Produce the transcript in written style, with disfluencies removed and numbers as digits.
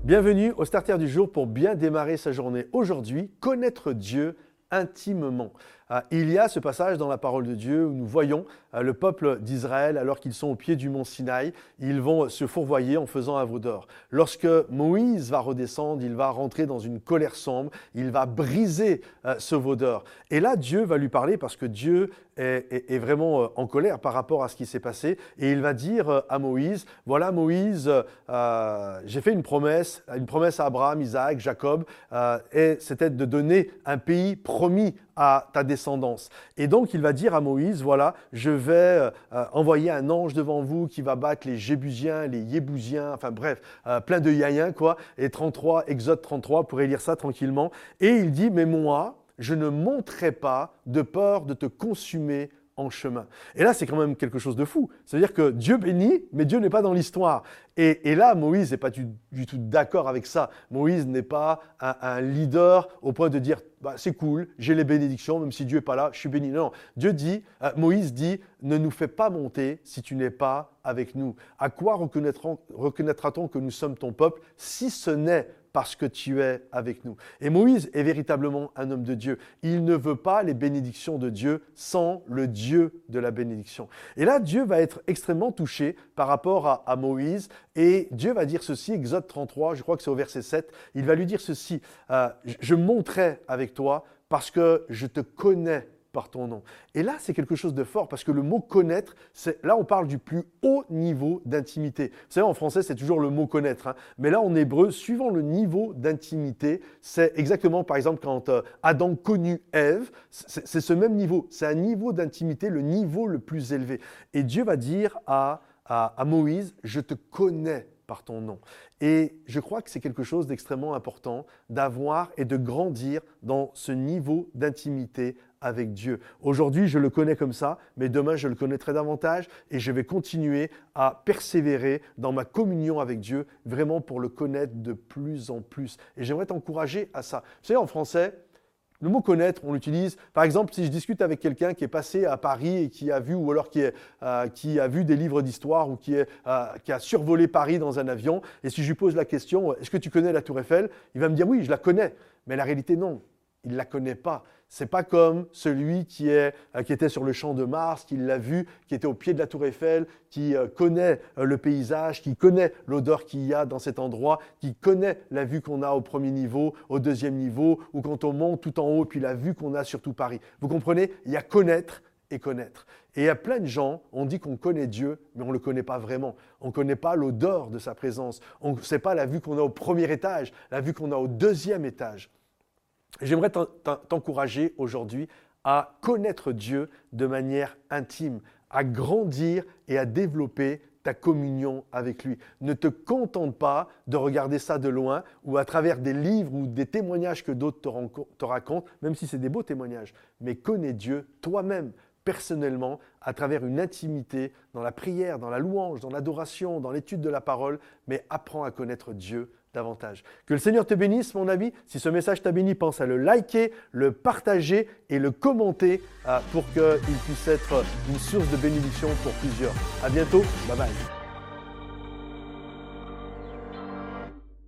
Bienvenue au Starter du jour pour bien démarrer sa journée. Aujourd'hui, connaître Dieu intimement. Il y a ce passage dans la parole de Dieu où nous voyons le peuple d'Israël, alors qu'ils sont au pied du mont Sinaï, ils vont se fourvoyer en faisant un veau d'or. Lorsque Moïse va redescendre, il va rentrer dans une colère sombre, il va briser ce veau d'or. Et là, Dieu va lui parler parce que Dieu est vraiment en colère par rapport à ce qui s'est passé. Et il va dire à Moïse, voilà Moïse, j'ai fait une promesse à Abraham, Isaac, Jacob, et c'était de donner un pays promis à ta descendance. Et donc, il va dire à Moïse, voilà, je vais envoyer un ange devant vous qui va battre les Jébusiens, les Yébousiens, enfin bref, plein de Yaïens, quoi. Et 33, Exode 33, vous pourrez lire ça tranquillement. Et il dit, mais moi, je ne monterai pas de peur de te consumer en chemin. Et là, c'est quand même quelque chose de fou. C'est-à-dire que Dieu bénit, mais Dieu n'est pas dans l'histoire. Et là, Moïse n'est pas du tout d'accord avec ça. Moïse n'est pas un leader au point de dire bah, c'est cool, j'ai les bénédictions, même si Dieu n'est pas là, je suis béni. Non, Moïse dit, ne nous fais pas monter si tu n'es pas avec nous. À quoi reconnaîtra-t-on que nous sommes ton peuple si ce n'est parce que tu es avec nous. Et Moïse est véritablement un homme de Dieu. Il ne veut pas les bénédictions de Dieu sans le Dieu de la bénédiction. Et là, Dieu va être extrêmement touché par rapport à Moïse. Et Dieu va dire ceci, Exode 33, je crois que c'est au verset 7, il va lui dire ceci, je monterai avec toi parce que je te connais par ton nom. Et là, c'est quelque chose de fort parce que le mot connaître, là, on parle du plus haut niveau d'intimité. Vous savez, en français, c'est toujours le mot connaître. Hein, mais là, en hébreu, suivant le niveau d'intimité, c'est exactement, par exemple, quand Adam connut Ève, c'est ce même niveau. C'est un niveau d'intimité, le niveau le plus élevé. Et Dieu va dire à Moïse, je te connais par ton nom. Et je crois que c'est quelque chose d'extrêmement important d'avoir et de grandir dans ce niveau d'intimité avec Dieu. Aujourd'hui, je le connais comme ça, mais demain, je le connaîtrai davantage et je vais continuer à persévérer dans ma communion avec Dieu, vraiment pour le connaître de plus en plus. Et j'aimerais t'encourager à ça. Vous savez, en français, le mot connaître, on l'utilise. Par exemple, si je discute avec quelqu'un qui est passé à Paris et qui a vu, ou alors qui a vu des livres d'histoire ou qui a survolé Paris dans un avion, et si je lui pose la question, est-ce que tu connais la Tour Eiffel? Il va me dire oui, je la connais. Mais la réalité, non. Il ne la connaît pas. C'est pas comme celui qui était sur le champ de Mars, qui l'a vu, qui était au pied de la Tour Eiffel, qui connaît le paysage, qui connaît l'odeur qu'il y a dans cet endroit, qui connaît la vue qu'on a au premier niveau, au deuxième niveau, ou quand on monte tout en haut, puis la vue qu'on a sur tout Paris. Vous comprenez? Il y a connaître et connaître. Et il y a plein de gens, on dit qu'on connaît Dieu, mais on ne le connaît pas vraiment. On ne connaît pas l'odeur de sa présence. On ne sait pas la vue qu'on a au premier étage, la vue qu'on a au deuxième étage. J'aimerais t'encourager aujourd'hui à connaître Dieu de manière intime, à grandir et à développer ta communion avec lui. Ne te contente pas de regarder ça de loin ou à travers des livres ou des témoignages que d'autres te racontent, même si c'est des beaux témoignages, mais connais Dieu toi-même, personnellement, à travers une intimité dans la prière, dans la louange, dans l'adoration, dans l'étude de la parole, mais apprends à connaître Dieu davantage. Que le Seigneur te bénisse, mon ami. Si ce message t'a béni, pense à le liker, le partager et le commenter pour qu'il puisse être une source de bénédiction pour plusieurs. À bientôt. Bye bye.